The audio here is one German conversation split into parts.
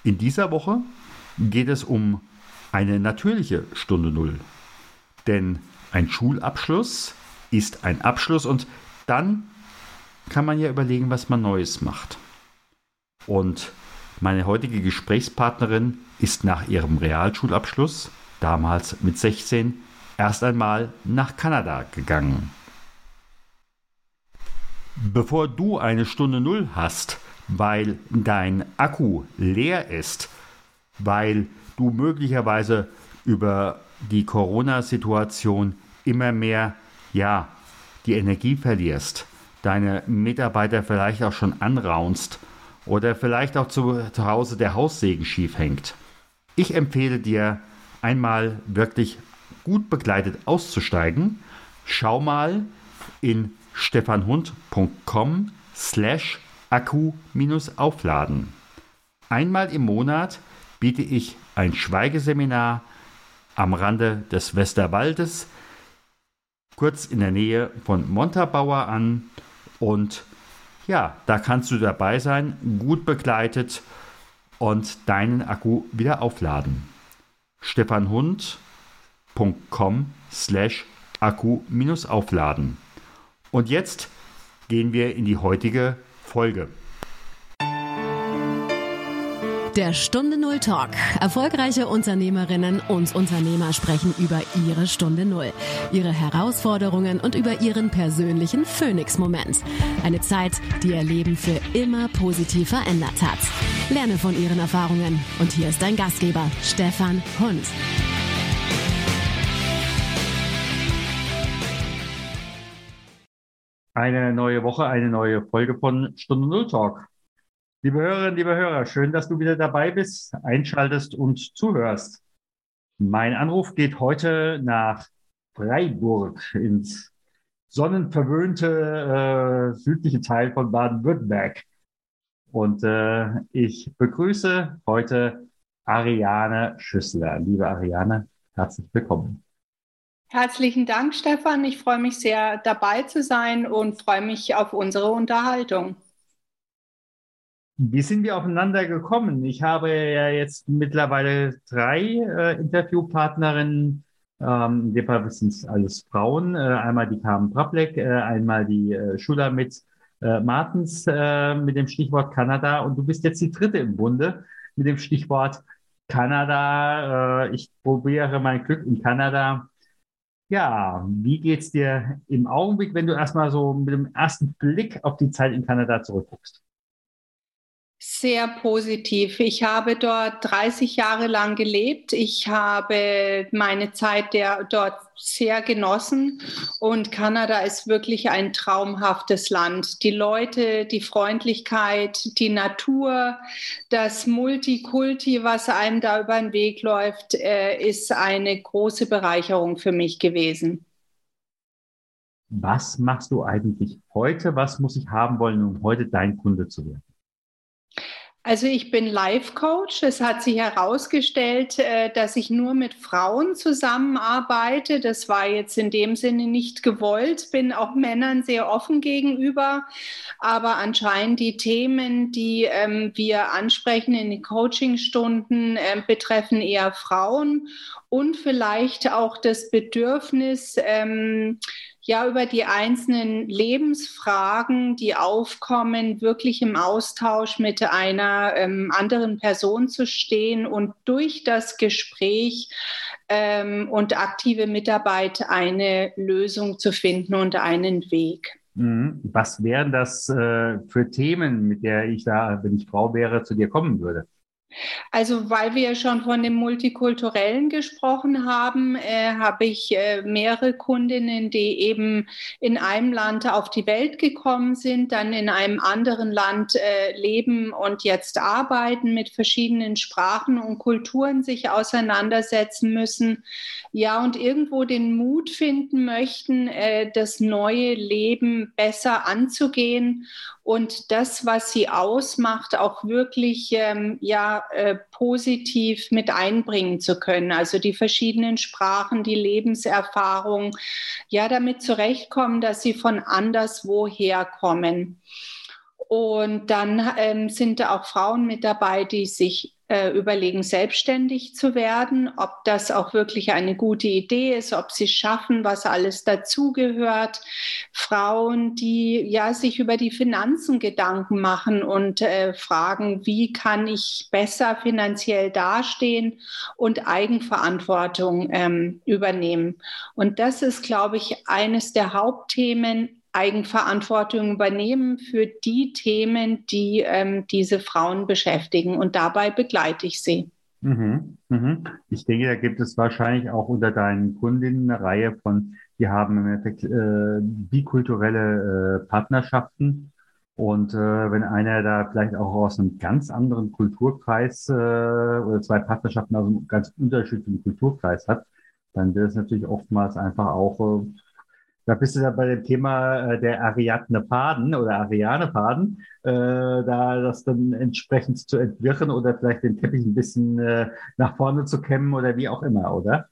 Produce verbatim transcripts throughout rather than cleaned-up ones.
In dieser Woche geht es um eine natürliche Stunde Null. Denn ein Schulabschluss ist ein Abschluss und dann kann man ja überlegen, was man Neues macht. Und meine heutige Gesprächspartnerin ist nach ihrem Realschulabschluss, damals mit sechzehn, erst einmal nach Kanada gegangen. Bevor du eine Stunde Null hast, weil dein Akku leer ist, weil du möglicherweise über die Corona-Situation immer mehr, ja, die Energie verlierst, deine Mitarbeiter vielleicht auch schon anraunst oder vielleicht auch zu, zu Hause der Haussegen schief hängt. Ich empfehle dir, einmal wirklich gut begleitet auszusteigen. Schau mal in stefanhund.com slash Akku minus aufladen. Einmal im Monat biete ich ein Schweigeseminar am Rande des Westerwaldes, kurz in der Nähe von Montabaur an. Und ja, da kannst du dabei sein, gut begleitet und deinen Akku wieder aufladen. stefanhund.com slash Akku minus aufladen. Und jetzt gehen wir in die heutige Folge. Der Stunde Null Talk. Erfolgreiche Unternehmerinnen und Unternehmer sprechen über ihre Stunde Null, ihre Herausforderungen und über ihren persönlichen Phoenix-Moment. Eine Zeit, die ihr Leben für immer positiv verändert hat. Lerne von ihren Erfahrungen. Und hier ist dein Gastgeber, Stefan Hund. Eine neue Woche, eine neue Folge von Stunde Null Talk. Liebe Hörerinnen, liebe Hörer, schön, dass du wieder dabei bist, einschaltest und zuhörst. Mein Anruf geht heute nach Freiburg, ins sonnenverwöhnte äh, südliche Teil von Baden-Württemberg. Und äh, ich begrüße heute Ariane Schüssler. Liebe Ariane, herzlich willkommen. Herzlichen Dank, Stefan. Ich freue mich sehr, dabei zu sein und freue mich auf unsere Unterhaltung. Wie sind wir aufeinander gekommen? Ich habe ja jetzt mittlerweile drei äh, Interviewpartnerinnen. Ähm, in dem Fall sind es alles Frauen. Äh, einmal die Carmen Prablek, äh, einmal die äh, Schula mit äh, Martens äh, mit dem Stichwort Kanada. Und du bist jetzt die dritte im Bunde mit dem Stichwort Kanada. Äh, ich probiere mein Glück in Kanada. Ja, wie geht's dir im Augenblick, wenn du erstmal so mit dem ersten Blick auf die Zeit in Kanada zurückguckst? Sehr positiv. Ich habe dort dreißig Jahre lang gelebt. Ich habe meine Zeit der, dort sehr genossen und Kanada ist wirklich ein traumhaftes Land. Die Leute, die Freundlichkeit, die Natur, das Multikulti, was einem da über den Weg läuft, äh, ist eine große Bereicherung für mich gewesen. Was machst du eigentlich heute? Was muss ich haben wollen, um heute dein Kunde zu werden? Also ich bin Life-Coach. Es hat sich herausgestellt, dass ich nur mit Frauen zusammenarbeite. Das war jetzt in dem Sinne nicht gewollt, bin auch Männern sehr offen gegenüber. Aber anscheinend die Themen, die ähm, wir ansprechen in den Coachingstunden, äh, betreffen eher Frauen und vielleicht auch das Bedürfnis, ähm, ja, über die einzelnen Lebensfragen, die aufkommen, wirklich im Austausch mit einer ähm, anderen Person zu stehen und durch das Gespräch ähm, und aktive Mitarbeit eine Lösung zu finden und einen Weg. Was wären das äh, für Themen, mit der ich da, wenn ich Frau wäre, zu dir kommen würde? Also weil wir schon von dem Multikulturellen gesprochen haben, äh, habe ich äh, mehrere Kundinnen, die eben in einem Land auf die Welt gekommen sind, dann in einem anderen Land äh, leben und jetzt arbeiten, mit verschiedenen Sprachen und Kulturen sich auseinandersetzen müssen. Ja, und irgendwo den Mut finden möchten, äh, das neue Leben besser anzugehen und das, was sie ausmacht, auch wirklich ähm, ja, äh, positiv mit einbringen zu können. Also die verschiedenen Sprachen, die Lebenserfahrung, ja, damit zurechtkommen, dass sie von anderswoher kommen. Und dann ähm, sind da auch Frauen mit dabei, die sich äh, überlegen, selbstständig zu werden, ob das auch wirklich eine gute Idee ist, ob sie es schaffen, was alles dazugehört. Frauen, die ja sich über die Finanzen Gedanken machen und äh, fragen, wie kann ich besser finanziell dastehen und Eigenverantwortung ähm, übernehmen. Und das ist, glaube ich, eines der Hauptthemen, Eigenverantwortung übernehmen für die Themen, die ähm, diese Frauen beschäftigen. Und dabei begleite ich sie. Mhm, mhm. Ich denke, da gibt es wahrscheinlich auch unter deinen Kundinnen eine Reihe von, die haben im Endeffekt äh, bikulturelle äh, Partnerschaften. Und äh, wenn einer da vielleicht auch aus einem ganz anderen Kulturkreis äh, oder zwei Partnerschaften aus einem ganz unterschiedlichen Kulturkreis hat, dann wird es natürlich oftmals einfach auch äh, da bist du dann bei dem Thema äh, der Ariadne-Paden oder Ariane-Paden, äh, da das dann entsprechend zu entwirren oder vielleicht den Teppich ein bisschen äh, nach vorne zu kämmen oder wie auch immer, oder?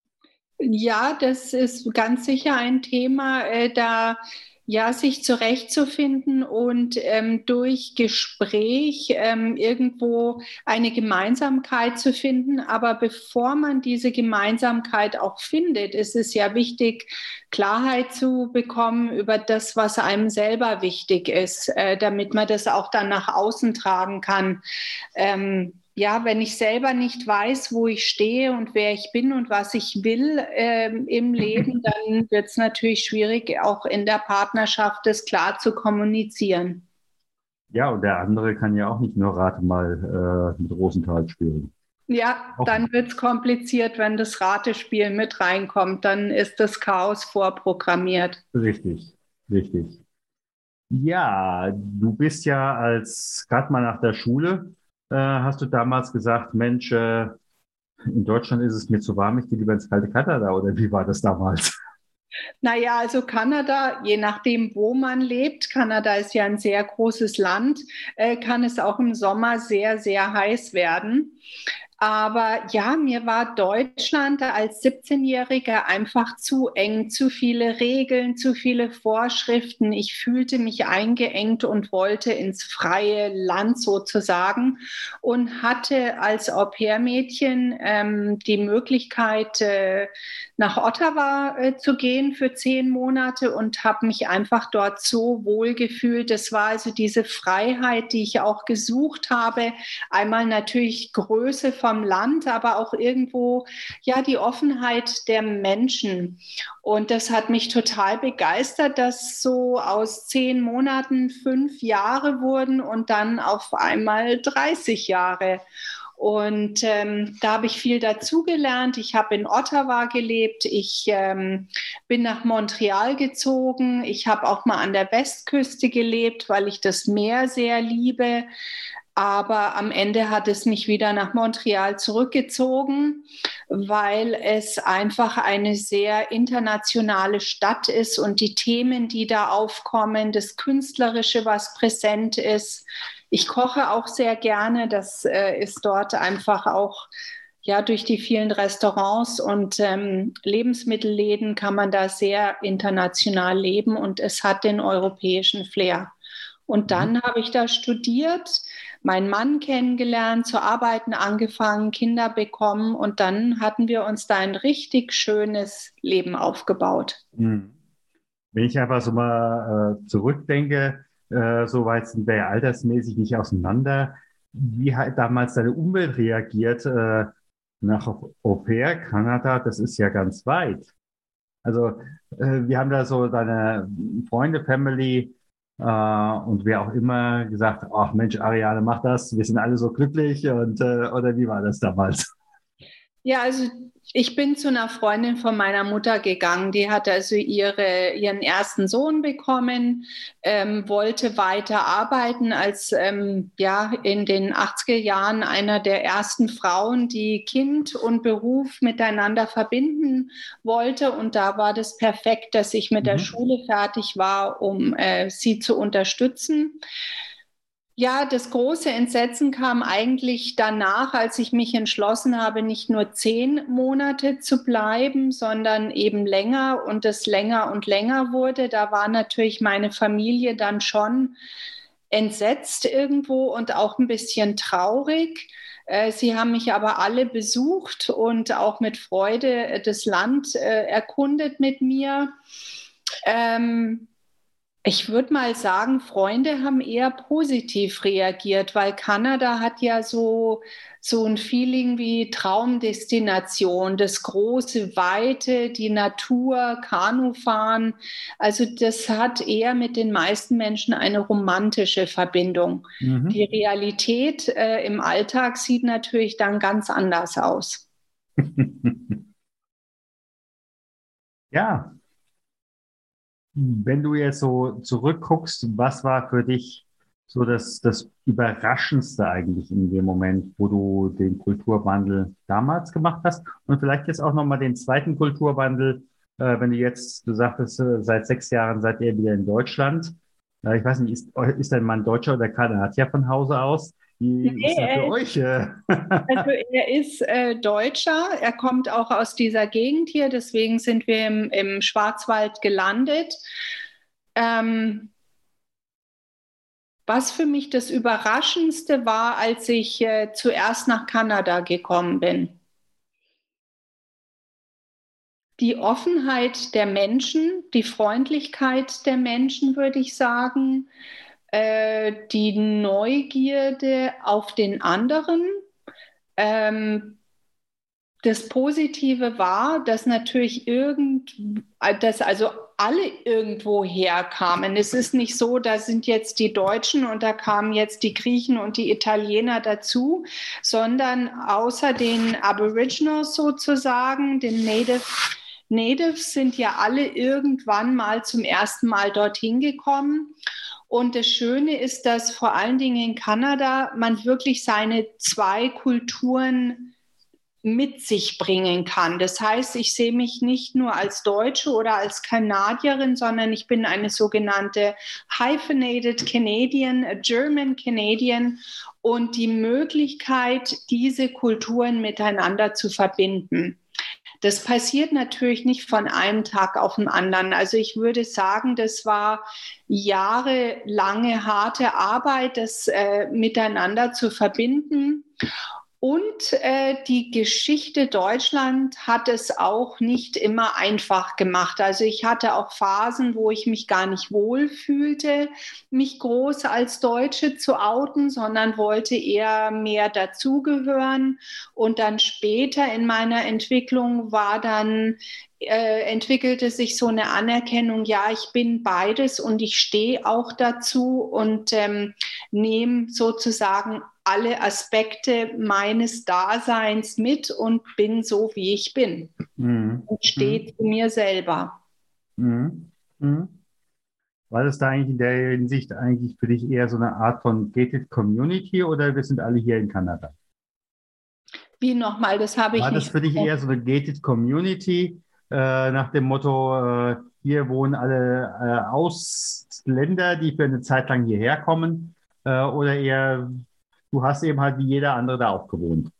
Ja, das ist ganz sicher ein Thema, äh, da ja sich zurechtzufinden und ähm, durch Gespräch ähm, irgendwo eine Gemeinsamkeit zu finden. Aber bevor man diese Gemeinsamkeit auch findet, ist es ja wichtig, Klarheit zu bekommen über das, was einem selber wichtig ist, äh, damit man das auch dann nach außen tragen kann. Ähm, ja, wenn ich selber nicht weiß, wo ich stehe und wer ich bin und was ich will ähm, im Leben, dann wird es natürlich schwierig, auch in der Partnerschaft das klar zu kommunizieren. Ja, und der andere kann ja auch nicht nur Rate mal äh, mit Rosenthal spielen. Ja, Auch dann wird es kompliziert, wenn das Ratespiel mit reinkommt. Dann ist das Chaos vorprogrammiert. richtig, richtig. Ja, du bist ja als gerade mal nach der Schule, äh, hast du damals gesagt, Mensch, äh, in Deutschland ist es mir zu warm, ich gehe lieber ins kalte Kanada, oder wie war das damals? Naja, also Kanada, je nachdem, wo man lebt, Kanada ist ja ein sehr großes Land, äh, kann es auch im Sommer sehr, sehr heiß werden. Aber ja, mir war Deutschland als siebzehn-Jährige einfach zu eng, zu viele Regeln, zu viele Vorschriften. Ich fühlte mich eingeengt und wollte ins freie Land sozusagen und hatte als Au-pair-Mädchen ähm, die Möglichkeit, äh, nach Ottawa äh, zu gehen für zehn Monate und habe mich einfach dort so wohl gefühlt. Das war also diese Freiheit, die ich auch gesucht habe. Einmal natürlich Größe vom Land, aber auch irgendwo ja die Offenheit der Menschen. Und das hat mich total begeistert, dass so aus zehn Monaten fünf Jahre wurden und dann auf einmal dreißig Jahre. Und ähm, da habe ich viel dazugelernt. Ich habe in Ottawa gelebt. Ich ähm, bin nach Montreal gezogen. Ich habe auch mal an der Westküste gelebt, weil ich das Meer sehr liebe. Aber am Ende hat es mich wieder nach Montreal zurückgezogen, weil es einfach eine sehr internationale Stadt ist und die Themen, die da aufkommen, das Künstlerische, was präsent ist. Ich koche auch sehr gerne. Das äh, ist dort einfach auch, ja, durch die vielen Restaurants und ähm, Lebensmittelläden kann man da sehr international leben und es hat den europäischen Flair. Und Mhm. dann habe ich da studiert, meinen Mann kennengelernt, zu arbeiten angefangen, Kinder bekommen und dann hatten wir uns da ein richtig schönes Leben aufgebaut. Mhm. Wenn ich einfach so mal äh, zurückdenke, äh, so weit sind wir ja altersmäßig nicht auseinander. Wie hat damals deine Umwelt reagiert äh, nach Au pair Kanada? Das ist ja ganz weit. Also äh, wir haben da so deine Freunde, Family äh, und wer auch immer gesagt, ach Mensch, Ariane, mach das, wir sind alle so glücklich und äh, oder wie war das damals? Ja, also ich bin zu einer Freundin von meiner Mutter gegangen. Die hat also ihre, ihren ersten Sohn bekommen, ähm, wollte weiter arbeiten als ähm, ja in den achtziger Jahren einer der ersten Frauen, die Kind und Beruf miteinander verbinden wollte. Und da war das perfekt, dass ich mit der Mhm. Schule fertig war, um äh, sie zu unterstützen. Ja, das große Entsetzen kam eigentlich danach, als ich mich entschlossen habe, nicht nur zehn Monate zu bleiben, sondern eben länger und es länger und länger wurde. Da war natürlich meine Familie dann schon entsetzt irgendwo und auch ein bisschen traurig. Äh, Sie haben mich aber alle besucht und auch mit Freude das Land äh, erkundet mit mir. Ähm, Ich würde mal sagen, Freunde haben eher positiv reagiert, weil Kanada hat ja so, so ein Feeling wie Traumdestination, das große Weite, die Natur, Kanufahren. Also das hat eher mit den meisten Menschen eine romantische Verbindung. Die Mhm. Realität äh, im Alltag sieht natürlich dann ganz anders aus. Ja, wenn du jetzt so zurückguckst, was war für dich so das, das Überraschendste eigentlich in dem Moment, wo du den Kulturwandel damals gemacht hast? Und vielleicht jetzt auch nochmal den zweiten Kulturwandel, äh, wenn du jetzt, du sagtest, äh, seit sechs Jahren seid ihr wieder in Deutschland. Äh, ich weiß nicht, ist, ist dein Mann Deutscher oder Kanadier von Hause aus? Wie ist er für Nee, euch? Äh? Also er ist äh, Deutscher, er kommt auch aus dieser Gegend hier, deswegen sind wir im, im Schwarzwald gelandet. Ähm, Was für mich das Überraschendste war, als ich äh, zuerst nach Kanada gekommen bin. Die Offenheit der Menschen, die Freundlichkeit der Menschen, würde ich sagen, äh, die Neugierde auf den anderen. Ähm, Das Positive war, dass natürlich irgend, dass also alle irgendwo herkamen. Es ist nicht so, da sind jetzt die Deutschen und da kamen jetzt die Griechen und die Italiener dazu, sondern außer den Aboriginals sozusagen, den Native, Natives sind ja alle irgendwann mal zum ersten Mal dorthin gekommen. Und das Schöne ist, dass vor allen Dingen in Kanada man wirklich seine zwei Kulturen mit sich bringen kann. Das heißt, ich sehe mich nicht nur als Deutsche oder als Kanadierin, sondern ich bin eine sogenannte Hyphenated Canadian, a German Canadian und die Möglichkeit, diese Kulturen miteinander zu verbinden. Das passiert natürlich nicht von einem Tag auf den anderen. Also ich würde sagen, das war jahrelange harte Arbeit, das äh, miteinander zu verbinden. Und äh, die Geschichte Deutschland hat es auch nicht immer einfach gemacht. Also ich hatte auch Phasen, wo ich mich gar nicht wohl fühlte, mich groß als Deutsche zu outen, sondern wollte eher mehr dazugehören. Und dann später in meiner Entwicklung war dann äh, entwickelte sich so eine Anerkennung, ja, ich bin beides und ich stehe auch dazu und ähm, nehme sozusagen alle Aspekte meines Daseins mit und bin so, wie ich bin Mhm. und stehe Mhm. zu mir selber. Mhm. Mhm. War das da eigentlich in der Hinsicht eigentlich für dich eher so eine Art von gated Community oder wir sind alle hier in Kanada? Wie nochmal, das habe ich War das nicht. für dich eher so eine gated Community, äh, nach dem Motto, äh, hier wohnen alle äh, Ausländer, die für eine Zeit lang hierher kommen, äh, oder eher, du hast eben halt wie jeder andere da auch gewohnt?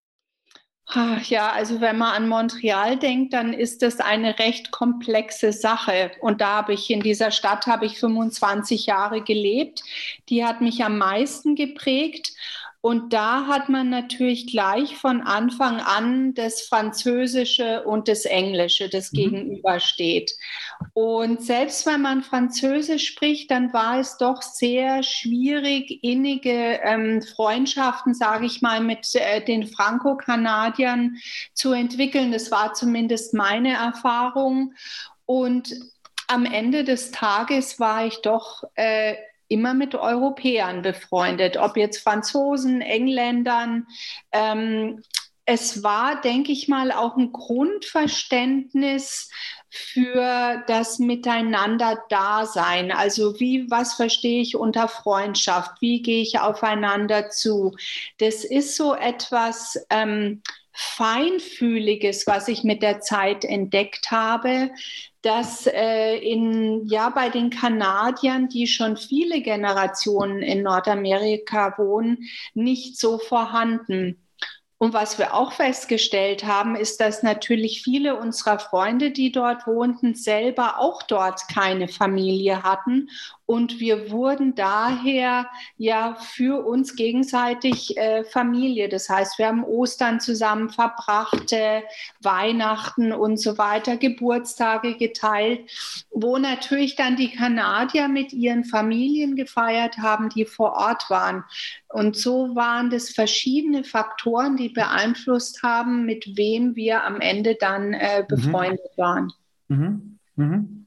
Ach ja, also wenn man an Montreal denkt, dann ist das eine recht komplexe Sache. Und da habe ich in dieser Stadt habe ich fünfundzwanzig Jahre gelebt. Die hat mich am meisten geprägt. Und da hat man natürlich gleich von Anfang an das Französische und das Englische, das Mhm. gegenübersteht. Und selbst wenn man Französisch spricht, dann war es doch sehr schwierig, innige ähm, Freundschaften, sage ich mal, mit äh, den Franco-Kanadiern zu entwickeln. Das war zumindest meine Erfahrung. Und am Ende des Tages war ich doch äh, immer mit Europäern befreundet, ob jetzt Franzosen, Engländern. Ähm, Es war, denke ich mal, auch ein Grundverständnis für das Miteinander-Dasein. Also wie, was verstehe ich unter Freundschaft? Wie gehe ich aufeinander zu? Das ist so etwas ähm, Feinfühliges, was ich mit der Zeit entdeckt habe, dass äh, in, ja, bei den Kanadiern, die schon viele Generationen in Nordamerika wohnen, nicht so vorhanden. Und was wir auch festgestellt haben, ist, dass natürlich viele unserer Freunde, die dort wohnten, selber auch dort keine Familie hatten und wir wurden daher ja für uns gegenseitig äh, Familie. Das heißt, wir haben Ostern zusammen verbracht, äh, Weihnachten und so weiter, Geburtstage geteilt, wo natürlich dann die Kanadier mit ihren Familien gefeiert haben, die vor Ort waren. Und so waren das verschiedene Faktoren, die beeinflusst haben, mit wem wir am Ende dann äh, befreundet mhm. waren. Mhm. Mhm.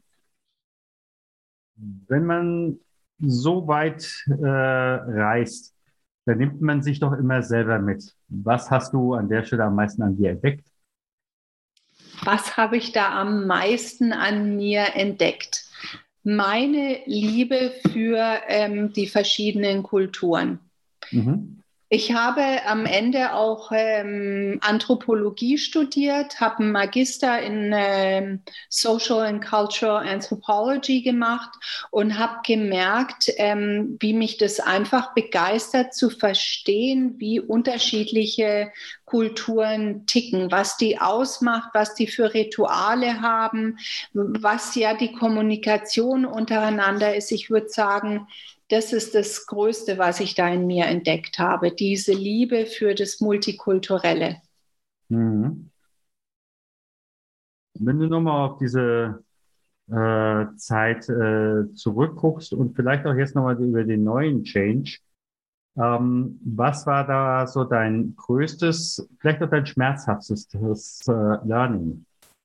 Wenn man so weit äh, reist, dann nimmt man sich doch immer selber mit. Was hast du an der Stelle am meisten an dir entdeckt? Was habe ich da am meisten an mir entdeckt? Meine Liebe für ähm, die verschiedenen Kulturen. Mhm. Ich habe am Ende auch ähm, Anthropologie studiert, habe einen Magister in ähm, Social and Cultural Anthropology gemacht und habe gemerkt, ähm, wie mich das einfach begeistert, zu verstehen, wie unterschiedliche Kulturen ticken, was die ausmacht, was die für Rituale haben, was ja die Kommunikation untereinander ist. Ich würde sagen, das ist das Größte, was ich da in mir entdeckt habe, diese Liebe für das Multikulturelle. Mhm. Wenn du nochmal auf diese äh, Zeit äh, zurückguckst und vielleicht auch jetzt nochmal über den neuen Change, ähm, was war da so dein größtes, vielleicht auch dein schmerzhaftestes äh, Learning?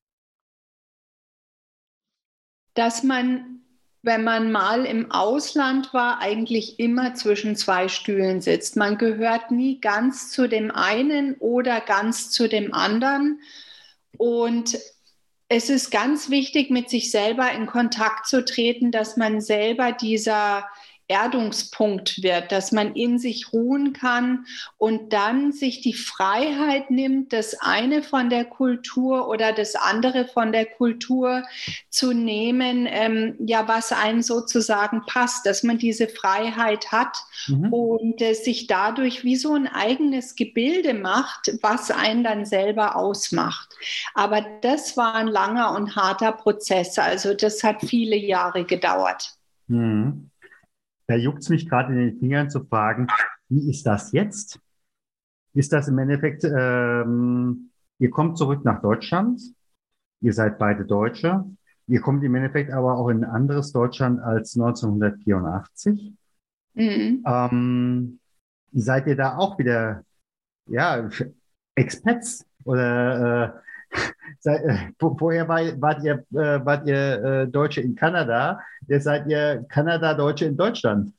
Dass man, wenn man mal im Ausland war, eigentlich immer zwischen zwei Stühlen sitzt. Man gehört nie ganz zu dem einen oder ganz zu dem anderen. Und es ist ganz wichtig, mit sich selber in Kontakt zu treten, dass man selber dieser Erdungspunkt wird, dass man in sich ruhen kann und dann sich die Freiheit nimmt, das eine von der Kultur oder das andere von der Kultur zu nehmen, ähm, ja, was einem sozusagen passt, dass man diese Freiheit hat mhm. und äh, sich dadurch wie so ein eigenes Gebilde macht, was einen dann selber ausmacht. Aber das war ein langer und harter Prozess, also das hat viele Jahre gedauert. Mhm. Da juckt es mich gerade in den Fingern zu fragen, wie ist das jetzt? Ist das im Endeffekt, ähm, ihr kommt zurück nach Deutschland, ihr seid beide Deutsche, ihr kommt im Endeffekt aber auch in ein anderes Deutschland als neunzehnhundertvierundachtzig. Mhm. Ähm, seid ihr da auch wieder, ja, Expats? Oder äh, seid, äh, vorher war, wart ihr, äh, wart ihr äh, Deutsche in Kanada, jetzt seid ihr Kanada-Deutsche in Deutschland?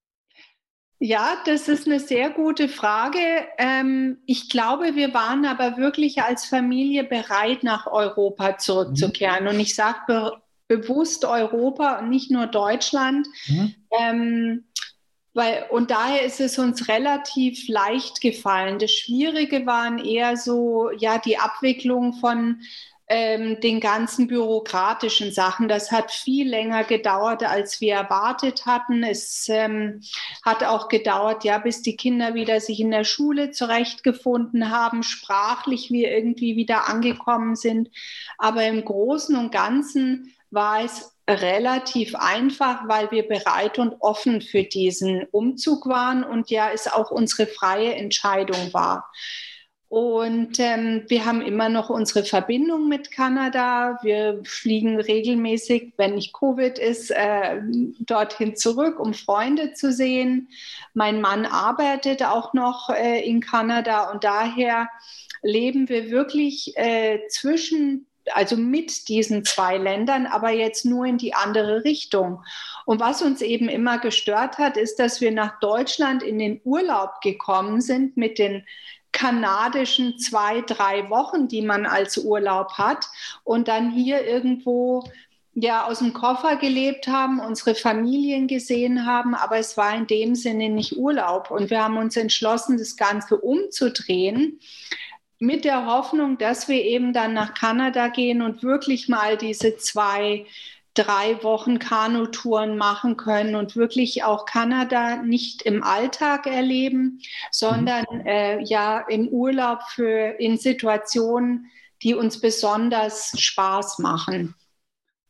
Ja, das ist eine sehr gute Frage. Ähm, ich glaube, wir waren aber wirklich als Familie bereit, nach Europa zurückzukehren. Mhm. Und ich sage be bewusst Europa und nicht nur Deutschland. Mhm. Ähm, weil, und daher ist es uns relativ leicht gefallen. Das Schwierige waren eher so, ja, die Abwicklung von ähm, den ganzen bürokratischen Sachen. Das hat viel länger gedauert, als wir erwartet hatten. Es ähm, hat auch gedauert, ja, bis die Kinder wieder sich in der Schule zurechtgefunden haben, sprachlich wir irgendwie wieder angekommen sind. Aber im Großen und Ganzen war es relativ einfach, weil wir bereit und offen für diesen Umzug waren und ja, es auch unsere freie Entscheidung war. Und ähm, wir haben immer noch unsere Verbindung mit Kanada. Wir fliegen regelmäßig, wenn nicht Covid ist, äh, dorthin zurück, um Freunde zu sehen. Mein Mann arbeitet auch noch äh, in Kanada und daher leben wir wirklich äh, zwischen also mit diesen zwei Ländern, aber jetzt nur in die andere Richtung. Und was uns eben immer gestört hat, ist, dass wir nach Deutschland in den Urlaub gekommen sind mit den kanadischen zwei, drei Wochen, die man als Urlaub hat und dann hier irgendwo ja aus dem Koffer gelebt haben, unsere Familien gesehen haben, aber es war in dem Sinne nicht Urlaub. Und wir haben uns entschlossen, das Ganze umzudrehen, mit der Hoffnung, dass wir eben dann nach Kanada gehen und wirklich mal diese zwei, drei Wochen Kanutouren machen können und wirklich auch Kanada nicht im Alltag erleben, sondern mhm. äh, ja im Urlaub für in Situationen, die uns besonders Spaß machen.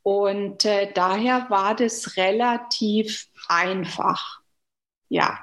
Und äh, daher war das relativ einfach. Ja.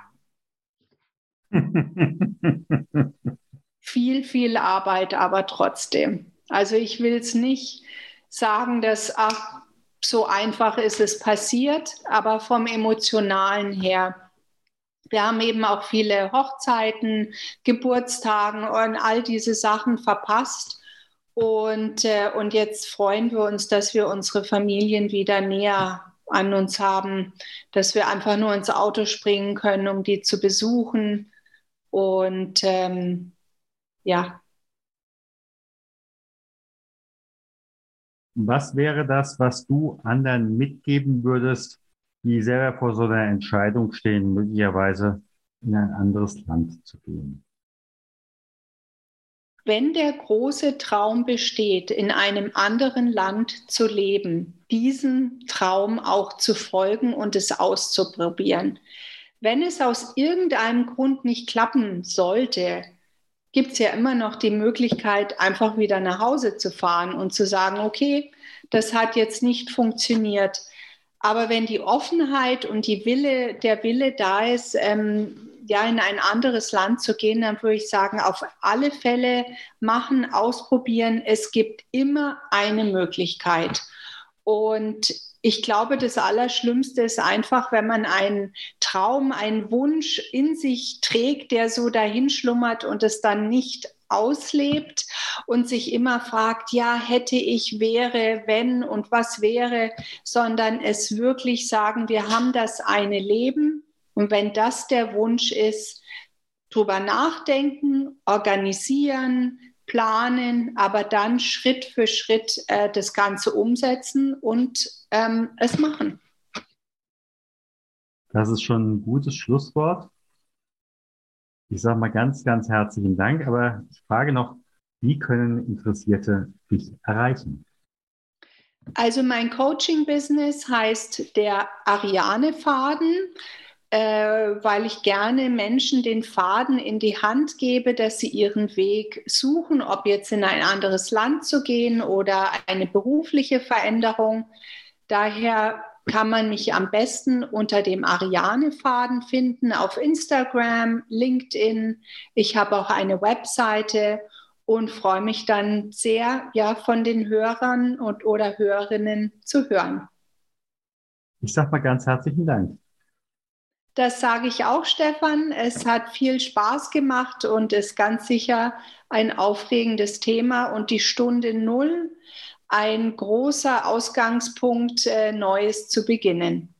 Viel, viel Arbeit, aber trotzdem. Also ich will es nicht sagen, dass ach, so einfach ist es passiert, aber vom Emotionalen her. Wir haben eben auch viele Hochzeiten, Geburtstagen und all diese Sachen verpasst. Und, äh, und jetzt freuen wir uns, dass wir unsere Familien wieder näher an uns haben, dass wir einfach nur ins Auto springen können, um die zu besuchen. Und ähm, ja. Was wäre das, was du anderen mitgeben würdest, die selber vor so einer Entscheidung stehen, möglicherweise in ein anderes Land zu gehen? Wenn der große Traum besteht, in einem anderen Land zu leben, diesen Traum auch zu folgen und es auszuprobieren. Wenn es aus irgendeinem Grund nicht klappen sollte, gibt es ja immer noch die Möglichkeit, einfach wieder nach Hause zu fahren und zu sagen, okay, das hat jetzt nicht funktioniert. Aber wenn die Offenheit und die Wille, der Wille da ist, ähm, ja, in ein anderes Land zu gehen, dann würde ich sagen, auf alle Fälle machen, ausprobieren. Es gibt immer eine Möglichkeit. Und ich glaube, das Allerschlimmste ist einfach, wenn man einen Traum, einen Wunsch in sich trägt, der so dahin schlummert und es dann nicht auslebt und sich immer fragt, ja, hätte ich, wäre, wenn und was wäre, sondern es wirklich sagen, wir haben das eine Leben und wenn das der Wunsch ist, drüber nachdenken, organisieren, planen, aber dann Schritt für Schritt äh, das Ganze umsetzen und ähm, es machen. Das ist schon ein gutes Schlusswort. Ich sage mal ganz, ganz herzlichen Dank, aber ich frage noch, wie können Interessierte dich erreichen? Also mein Coaching-Business heißt der Ariane-Faden, äh, weil ich gerne Menschen den Faden in die Hand gebe, dass sie ihren Weg suchen, ob jetzt in ein anderes Land zu gehen oder eine berufliche Veränderung. Daher kann man mich am besten unter dem Ariane-Faden finden auf Instagram, LinkedIn. Ich habe auch eine Webseite und freue mich dann sehr, ja, von den Hörern und oder Hörerinnen zu hören. Ich sage mal ganz herzlichen Dank. Das sage ich auch, Stefan. Es hat viel Spaß gemacht und ist ganz sicher ein aufregendes Thema und die Stunde Null ein großer Ausgangspunkt, äh, Neues zu beginnen.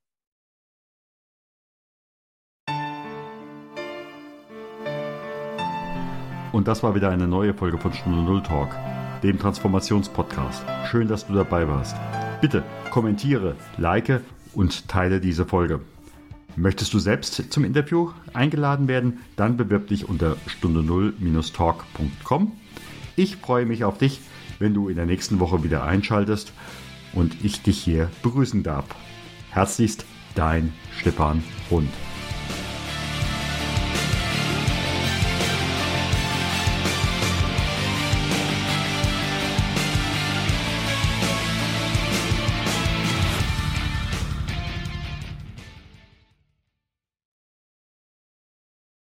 Und das war wieder eine neue Folge von Stunde Null Talk, dem Transformationspodcast. Schön, dass du dabei warst. Bitte kommentiere, like und teile diese Folge. Möchtest du selbst zum Interview eingeladen werden? Dann bewirb dich unter stunde null talk punkt com. Ich freue mich auf dich, wenn du in der nächsten Woche wieder einschaltest und ich dich hier begrüßen darf. Herzlichst, dein Stefan Hund.